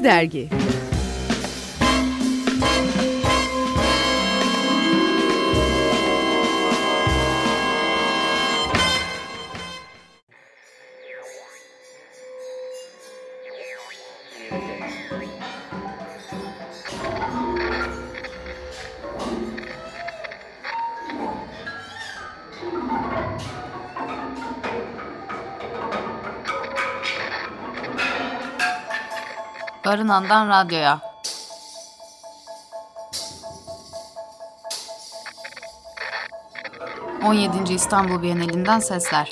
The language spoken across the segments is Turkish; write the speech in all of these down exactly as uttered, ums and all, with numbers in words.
Dergi. Barınan'dan radyoya. on yedinci İstanbul Bienalinden sesler.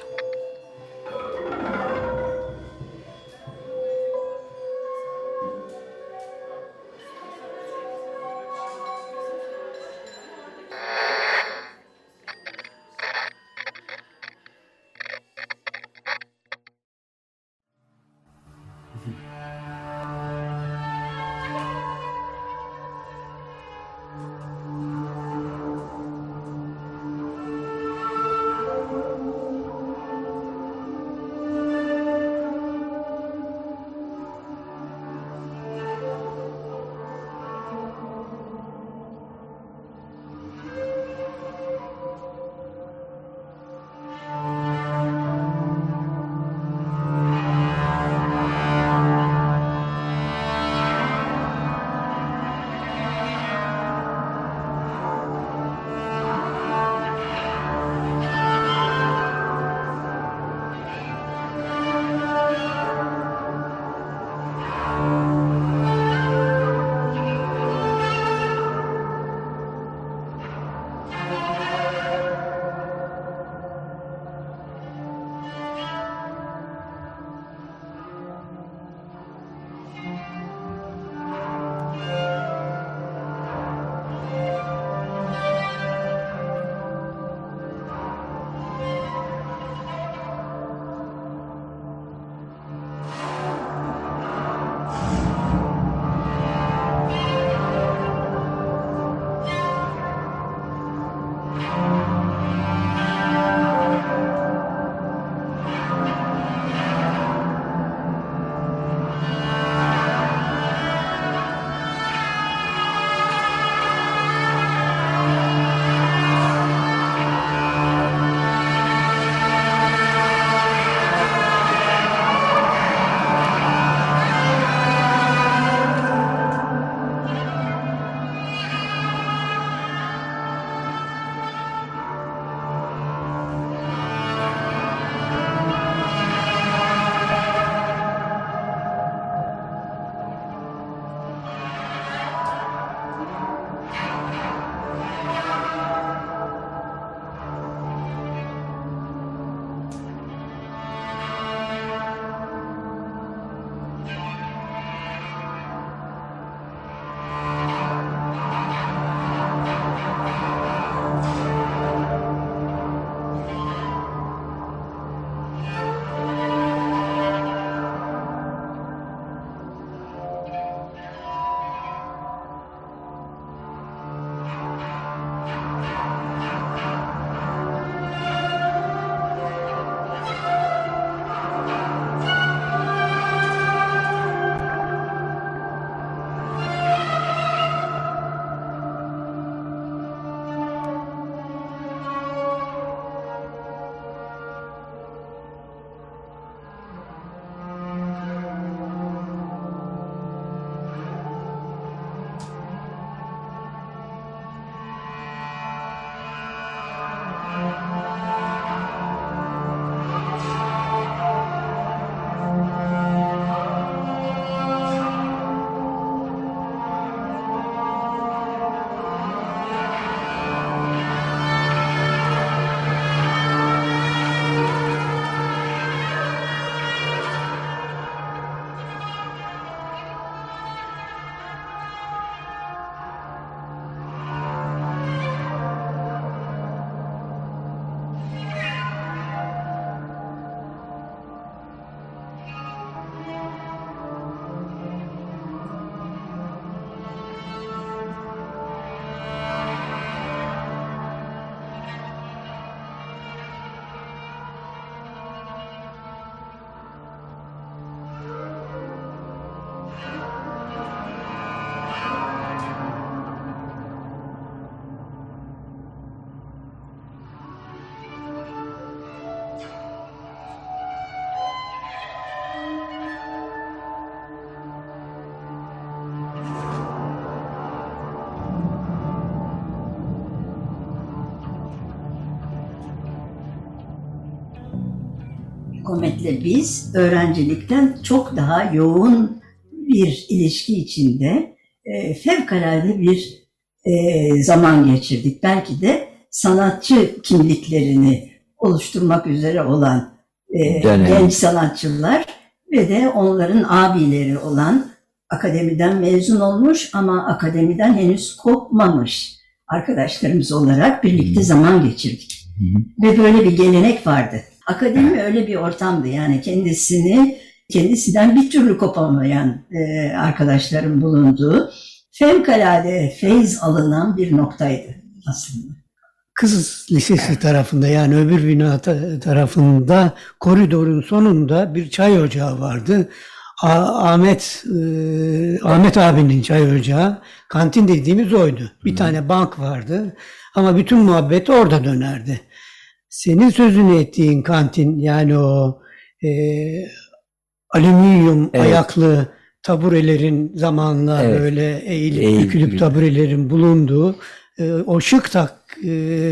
Komet'le biz öğrencilikten çok daha yoğun bir ilişki içinde e, fevkalade bir e, zaman geçirdik. Belki de sanatçı kimliklerini oluşturmak üzere olan e, genç sanatçılar ve de onların abileri olan akademiden mezun olmuş ama akademiden henüz kopmamış arkadaşlarımız olarak birlikte zaman geçirdik. Ve böyle bir gelenek vardı. Akademi öyle bir ortamdı, yani kendisini kendisinden bir türlü kopamayan e, arkadaşların bulunduğu fevkalade feyz alınan bir noktaydı aslında. Kız Lisesi tarafında, yani öbür bina tarafında koridorun sonunda bir çay ocağı vardı. Ahmet e, Ahmet abinin çay ocağı, kantin dediğimiz oydu. Bir hmm. tane bank vardı ama bütün muhabbet orada dönerdi. Senin sözünü ettiğin kantin, yani o e, alüminyum evet. ayaklı taburelerin zamanla evet. böyle eğilip Eğil, bükülüp gibi. taburelerin bulunduğu e, o şık tak e,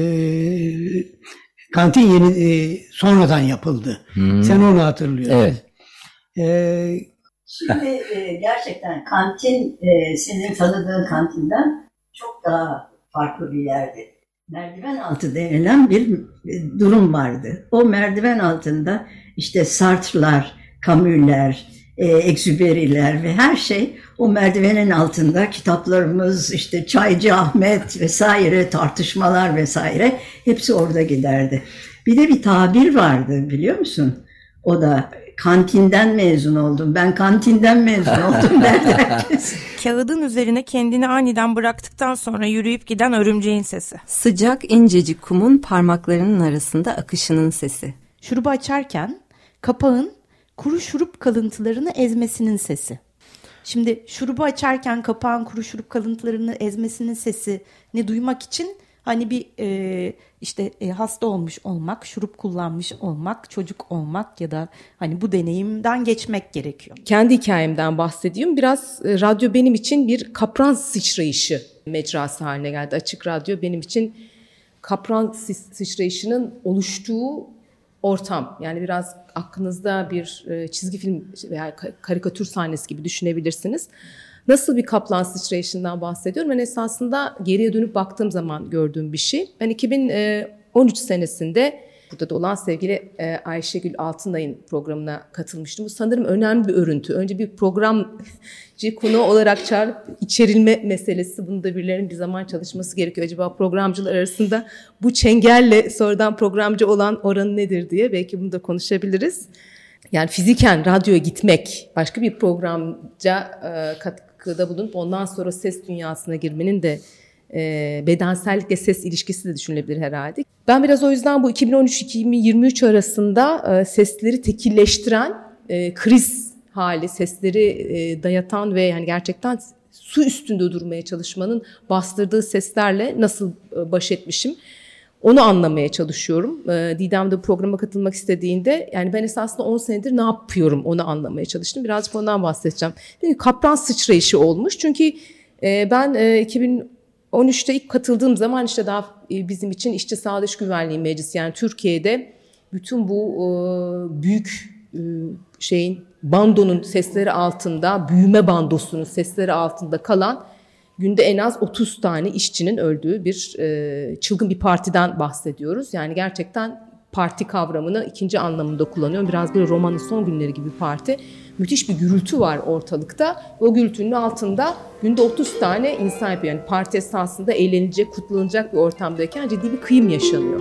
kantin yeni e, sonradan yapıldı. Hmm. Sen onu hatırlıyorsun. Evet. E, Şimdi e, gerçekten kantin e, senin tanıdığın kantinden çok daha farklı bir yerdi. Merdiven altı denilen bir durum vardı. O merdiven altında işte Sartre'lar, Camus'ler, e, Exupéry'ler ve her şey o merdivenin altında, kitaplarımız, işte Çaycı Ahmet vesaire, tartışmalar vesaire hepsi orada giderdi. Bir de bir tabir vardı, biliyor musun? O da kantinden mezun oldum. Ben kantinden mezun oldum derdi herkes. Kağıdın üzerine kendini aniden bıraktıktan sonra yürüyüp giden örümceğin sesi. Sıcak incecik kumun parmaklarının arasında akışının sesi. Şurubu açarken kapağın kuru şurup kalıntılarını ezmesinin sesi. Şimdi şurubu açarken kapağın kuru şurup kalıntılarını ezmesinin sesini duymak için hani bir e, işte e, hasta olmuş olmak, şurup kullanmış olmak, çocuk olmak ya da hani bu deneyimden geçmek gerekiyor. Kendi hikayemden bahsedeyim. Biraz e, radyo benim için bir kapran sıçrayışı mecrası haline geldi. Açık Radyo benim için kapran sıçrayışının oluştuğu ortam. Yani biraz aklınızda bir e, çizgi film veya karikatür sahnesi gibi düşünebilirsiniz. Nasıl bir kaplan sıçrayışından bahsediyorum? Ben esasında geriye dönüp baktığım zaman gördüğüm bir şey. Ben iki bin on üç senesinde burada da olan sevgili Ayşegül Altınay'ın programına katılmıştım. Bu sanırım önemli bir örüntü. Önce bir programcı konu olarak çağırıp içerilme meselesi. Bunu da birilerinin bir zaman çalışması gerekiyor. Acaba programcılar arasında bu çengelle sonradan programcı olan oranı nedir diye belki bunu da konuşabiliriz. Yani fiziken radyoya gitmek, başka bir programca e, katkıda bulunup ondan sonra ses dünyasına girmenin de e, bedensellikle ses ilişkisi de düşünülebilir herhalde. Ben biraz o yüzden bu iki bin on üç iki bin yirmi üç arasında e, sesleri tekilleştiren e, kriz hali, sesleri e, dayatan ve yani gerçekten su üstünde durmaya çalışmanın bastırdığı seslerle nasıl e, baş etmişim, onu anlamaya çalışıyorum. E, Didem de programa katılmak istediğinde yani ben esasında on senedir ne yapıyorum onu anlamaya çalıştım. Birazcık ondan bahsedeceğim. Çünkü kapran sıçrayışı olmuş. Çünkü e, ben e, iki bin on üçte ilk katıldığım zaman işte daha e, bizim için İşçi Sağlık İş Güvenliği Meclisi, yani Türkiye'de bütün bu e, büyük e, şeyin bandonun sesleri altında, büyüme bandosunun sesleri altında kalan günde en az otuz tane işçinin öldüğü bir e, çılgın bir partiden bahsediyoruz. Yani gerçekten parti kavramını ikinci anlamında kullanıyorum. Biraz böyle romanın son günleri gibi bir parti. Müthiş bir gürültü var ortalıkta. O gürültünün altında günde otuz tane insan yapıyor. Yani parti esasında eğlenilecek, kutlanacak bir ortamdayken ciddi bir kıyım yaşanıyor.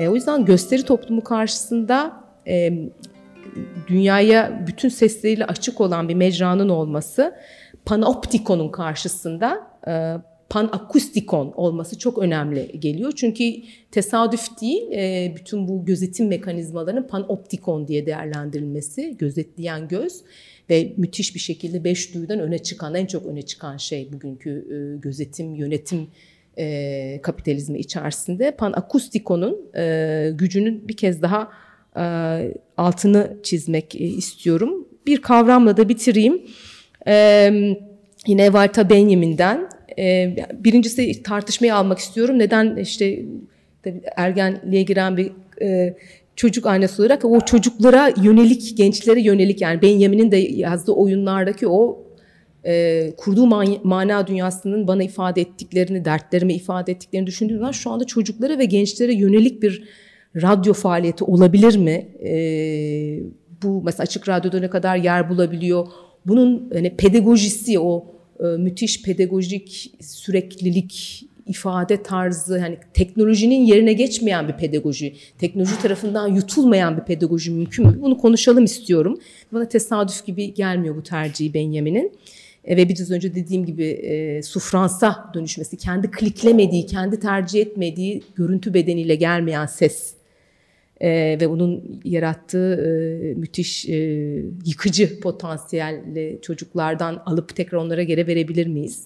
E, o yüzden gösteri toplumu karşısında e, dünyaya bütün sesleriyle açık olan bir mecranın olması, panoptikonun karşısında e, panakustikon olması çok önemli geliyor. Çünkü tesadüf değil, e, bütün bu gözetim mekanizmalarının panoptikon diye değerlendirilmesi, gözetleyen göz ve müthiş bir şekilde beş duyudan öne çıkan, en çok öne çıkan şey bugünkü e, gözetim, yönetim e, kapitalizmi içerisinde. Panakustikonun e, gücünün bir kez daha e, altını çizmek e, istiyorum. Bir kavramla da bitireyim. E, yine Walter Benjamin'den. E, birincisi tartışmayı almak istiyorum. Neden işte tabii ergenliğe giren bir e, çocuk annesi olarak o çocuklara yönelik, gençlere yönelik, yani Benjamin'in de yazdığı oyunlardaki o e, kurduğu man- mana dünyasının bana ifade ettiklerini, dertlerimi ifade ettiklerini düşündüğüm zaman şu anda çocuklara ve gençlere yönelik bir radyo faaliyeti olabilir mi? E, bu mesela Açık Radyo'da ne kadar yer bulabiliyor? Bunun hani pedagojisi, o e, müthiş pedagojik süreklilik, ifade tarzı, hani teknolojinin yerine geçmeyen bir pedagoji, teknoloji tarafından yutulmayan bir pedagoji mümkün mü? Bunu konuşalım istiyorum. Bana tesadüf gibi gelmiyor bu tercihi Benjamin'in. E, ve biraz önce dediğim gibi e, sufransa dönüşmesi, kendi kliklemediği, kendi tercih etmediği görüntü bedeniyle gelmeyen ses e, ve bunun yarattığı e, müthiş e, yıkıcı potansiyelli çocuklardan alıp tekrar onlara geri verebilir miyiz?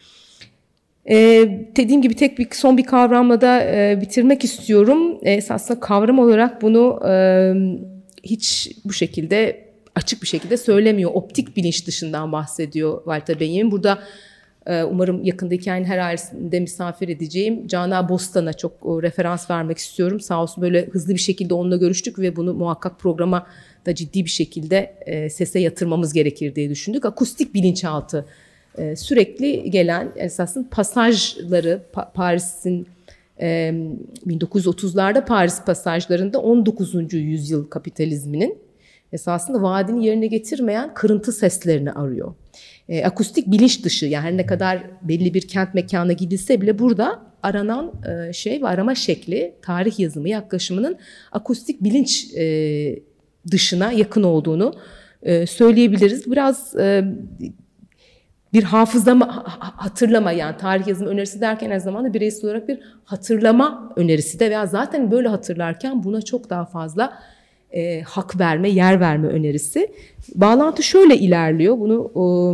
Ee, dediğim gibi tek bir son bir kavramla da e, bitirmek istiyorum. E, esasında kavram olarak bunu e, hiç bu şekilde açık bir şekilde söylemiyor. Optik bilinç dışından bahsediyor Walter Benjamin. Burada e, umarım yakında hikayenin her ailesinde misafir edeceğim Canan Bostan'a çok o, referans vermek istiyorum. Sağ olsun böyle hızlı bir şekilde onunla görüştük ve bunu muhakkak programa da ciddi bir şekilde e, sese yatırmamız gerekir diye düşündük. Akustik bilinçaltı. Sürekli gelen esasında pasajları, Paris'in bin dokuz yüz otuzlarda Paris pasajlarında on dokuzuncu yüzyıl kapitalizminin esasında vaadini yerine getirmeyen kırıntı seslerini arıyor. Akustik bilinç dışı, yani her ne kadar belli bir kent mekanına gidilse bile burada aranan şey ve arama şekli, tarih yazımı yaklaşımının akustik bilinç dışına yakın olduğunu söyleyebiliriz. Biraz bir hafızlama, hatırlama, yani tarih yazımı önerisi derken her zaman da bireysel olarak bir hatırlama önerisi de veya zaten böyle hatırlarken buna çok daha fazla e, hak verme, yer verme önerisi. Bağlantı şöyle ilerliyor. Bunu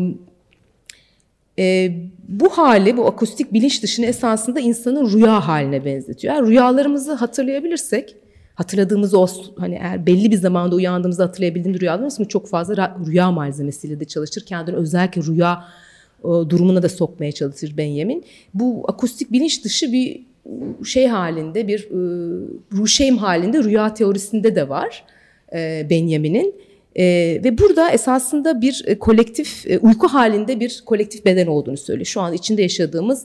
e, bu hali, bu akustik bilinç dışını esasında insanın rüya haline benzetiyor. Yani rüyalarımızı hatırlayabilirsek, hatırladığımız o hani eğer belli bir zamanda uyandığımızda hatırlayabildiğimiz rüyalarımız mı çok fazla rüya malzemesiyle de çalışır. Kendini özellikle rüya durumuna da sokmaya çalışır Benjamin. Bu akustik bilinç dışı bir şey halinde, bir ruşeym halinde rüya teorisinde de var Benjamin'in. Ve burada esasında bir kolektif, uyku halinde bir kolektif beden olduğunu söylüyor. Şu an içinde yaşadığımız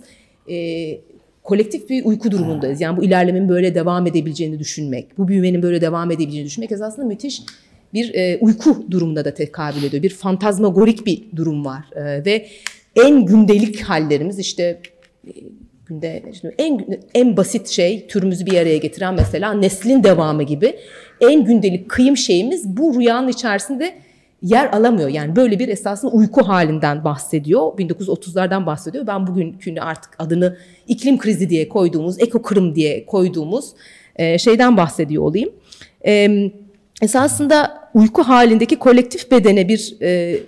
kolektif bir uyku durumundayız. Yani bu ilerlemenin böyle devam edebileceğini düşünmek, bu büyümenin böyle devam edebileceğini düşünmek esasında müthiş bir e, uyku durumuna da tekabül ediyor. Bir fantazmagorik bir durum var. E, ve en gündelik hallerimiz işte, e, günde işte en en basit şey, türümüzü bir araya getiren mesela neslin devamı gibi en gündelik kıyım şeyimiz bu rüyanın içerisinde yer alamıyor. Yani böyle bir esasında uyku halinden bahsediyor. bin dokuz yüz otuzlardan bahsediyor. Ben bugünkünü artık adını iklim krizi diye koyduğumuz, ekokırım diye koyduğumuz e, şeyden bahsediyor olayım. E, esasında uyku halindeki kolektif bedene bir e,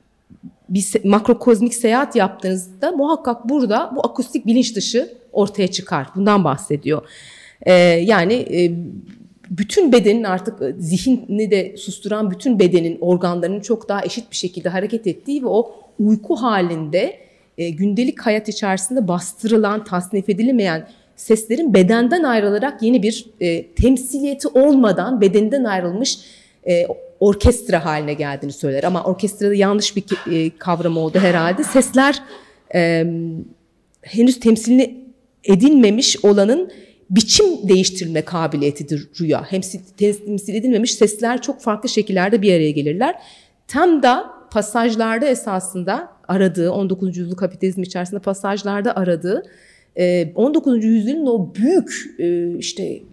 bir makrokozmik seyahat yaptığınızda muhakkak burada bu akustik bilinç dışı ortaya çıkar. Bundan bahsediyor. E, yani e, bütün bedenin artık zihni de susturan bütün bedenin organlarının çok daha eşit bir şekilde hareket ettiği ve o uyku halinde e, gündelik hayat içerisinde bastırılan, tasnif edilemeyen seslerin bedenden ayrılarak yeni bir e, temsiliyeti olmadan bedeninden ayrılmış e, orkestra haline geldiğini söyler. Ama orkestrada yanlış bir e, kavram oldu herhalde. Sesler e, henüz temsilini edinmemiş olanın biçim değiştirme kabiliyetidir rüya. Hem temsil edilmemiş sesler çok farklı şekillerde bir araya gelirler. Tam da pasajlarda esasında aradığı, on dokuzuncu yüzyıl kapitalizm içerisinde pasajlarda aradığı, on dokuzuncu yüzyılın o büyük işte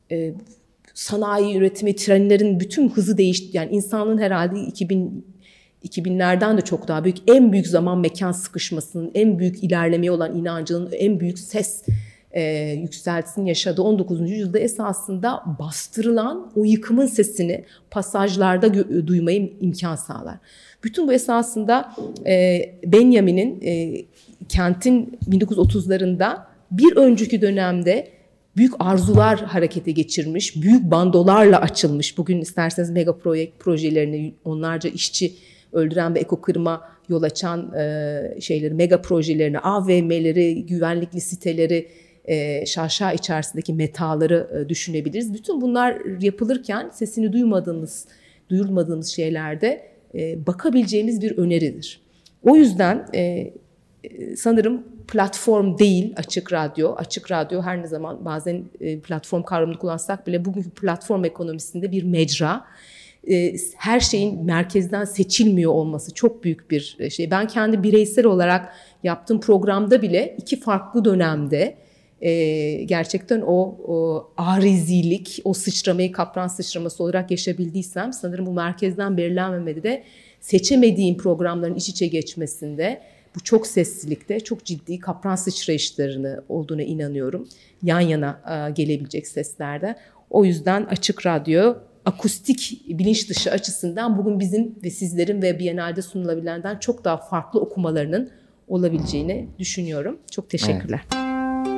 e, sanayi üretimi, trenlerin bütün hızı değişti. Yani insanın herhalde iki bin iki binlerden de çok daha büyük, en büyük zaman mekan sıkışmasının, en büyük ilerlemeye olan inancının, en büyük ses e, yükseltisini yaşadığı on dokuzuncu yüzyılda esasında bastırılan o yıkımın sesini pasajlarda gö- duymayı imkan sağlar. Bütün bu esasında e, Benjamin'in e, kentin bin dokuz yüz otuzlarında bir önceki dönemde büyük arzular harekete geçirmiş, büyük bandolarla açılmış. Bugün isterseniz mega projekt projelerini, onlarca işçi öldüren ve ekokırıma yol açan e, şeyleri, mega projelerini, A V M'leri, güvenlikli siteleri, e, şaşa içerisindeki metaları e, düşünebiliriz. Bütün bunlar yapılırken sesini duymadığımız, duyulmadığımız şeylerde e, bakabileceğimiz bir öneridir. O yüzden e, sanırım platform değil Açık Radyo. Açık Radyo her ne zaman bazen e, platform kavramını kullansak bile bugünkü platform ekonomisinde bir mecra. Her şeyin merkezden seçilmiyor olması çok büyük bir şey. Ben kendi bireysel olarak yaptığım programda bile iki farklı dönemde gerçekten o, o arizilik, o sıçramayı kapran sıçraması olarak yaşayabildiysem sanırım bu merkezden belirlenmemede de seçemediğim programların iç içe geçmesinde bu çok seslilikte çok ciddi kapran sıçrayışlarını olduğuna inanıyorum. Yan yana gelebilecek seslerde. O yüzden Açık Radyo akustik bilinç dışı açısından bugün bizim ve sizlerin ve Biennale'de sunulabilenden çok daha farklı okumalarının olabileceğini düşünüyorum. Çok teşekkürler. Evet.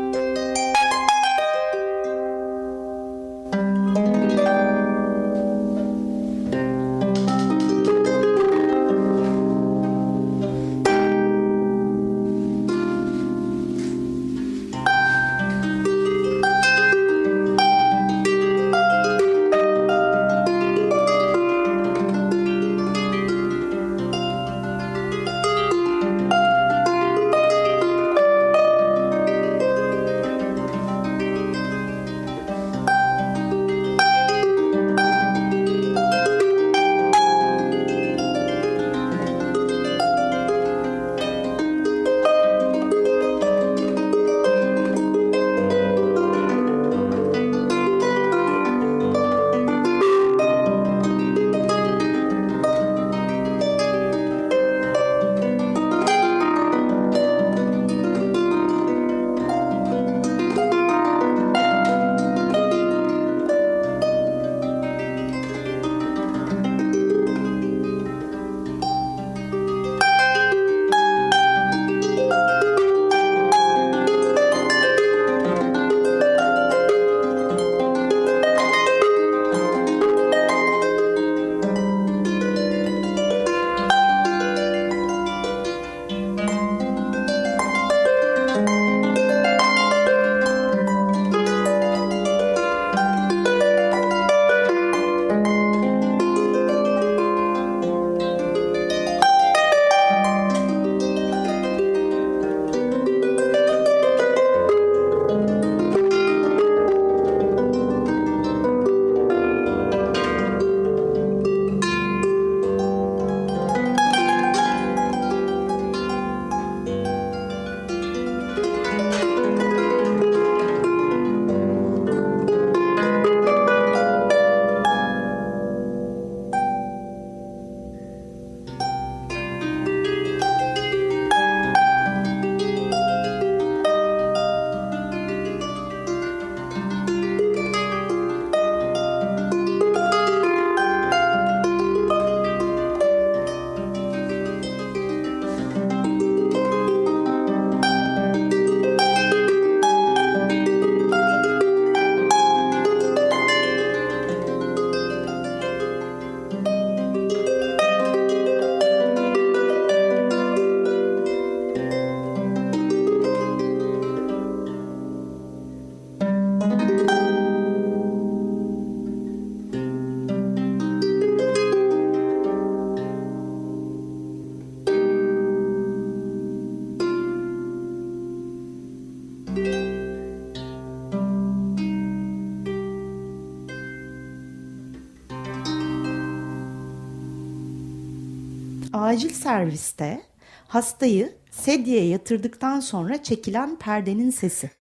Acil serviste hastayı sedyeye yatırdıktan sonra çekilen perdenin sesi.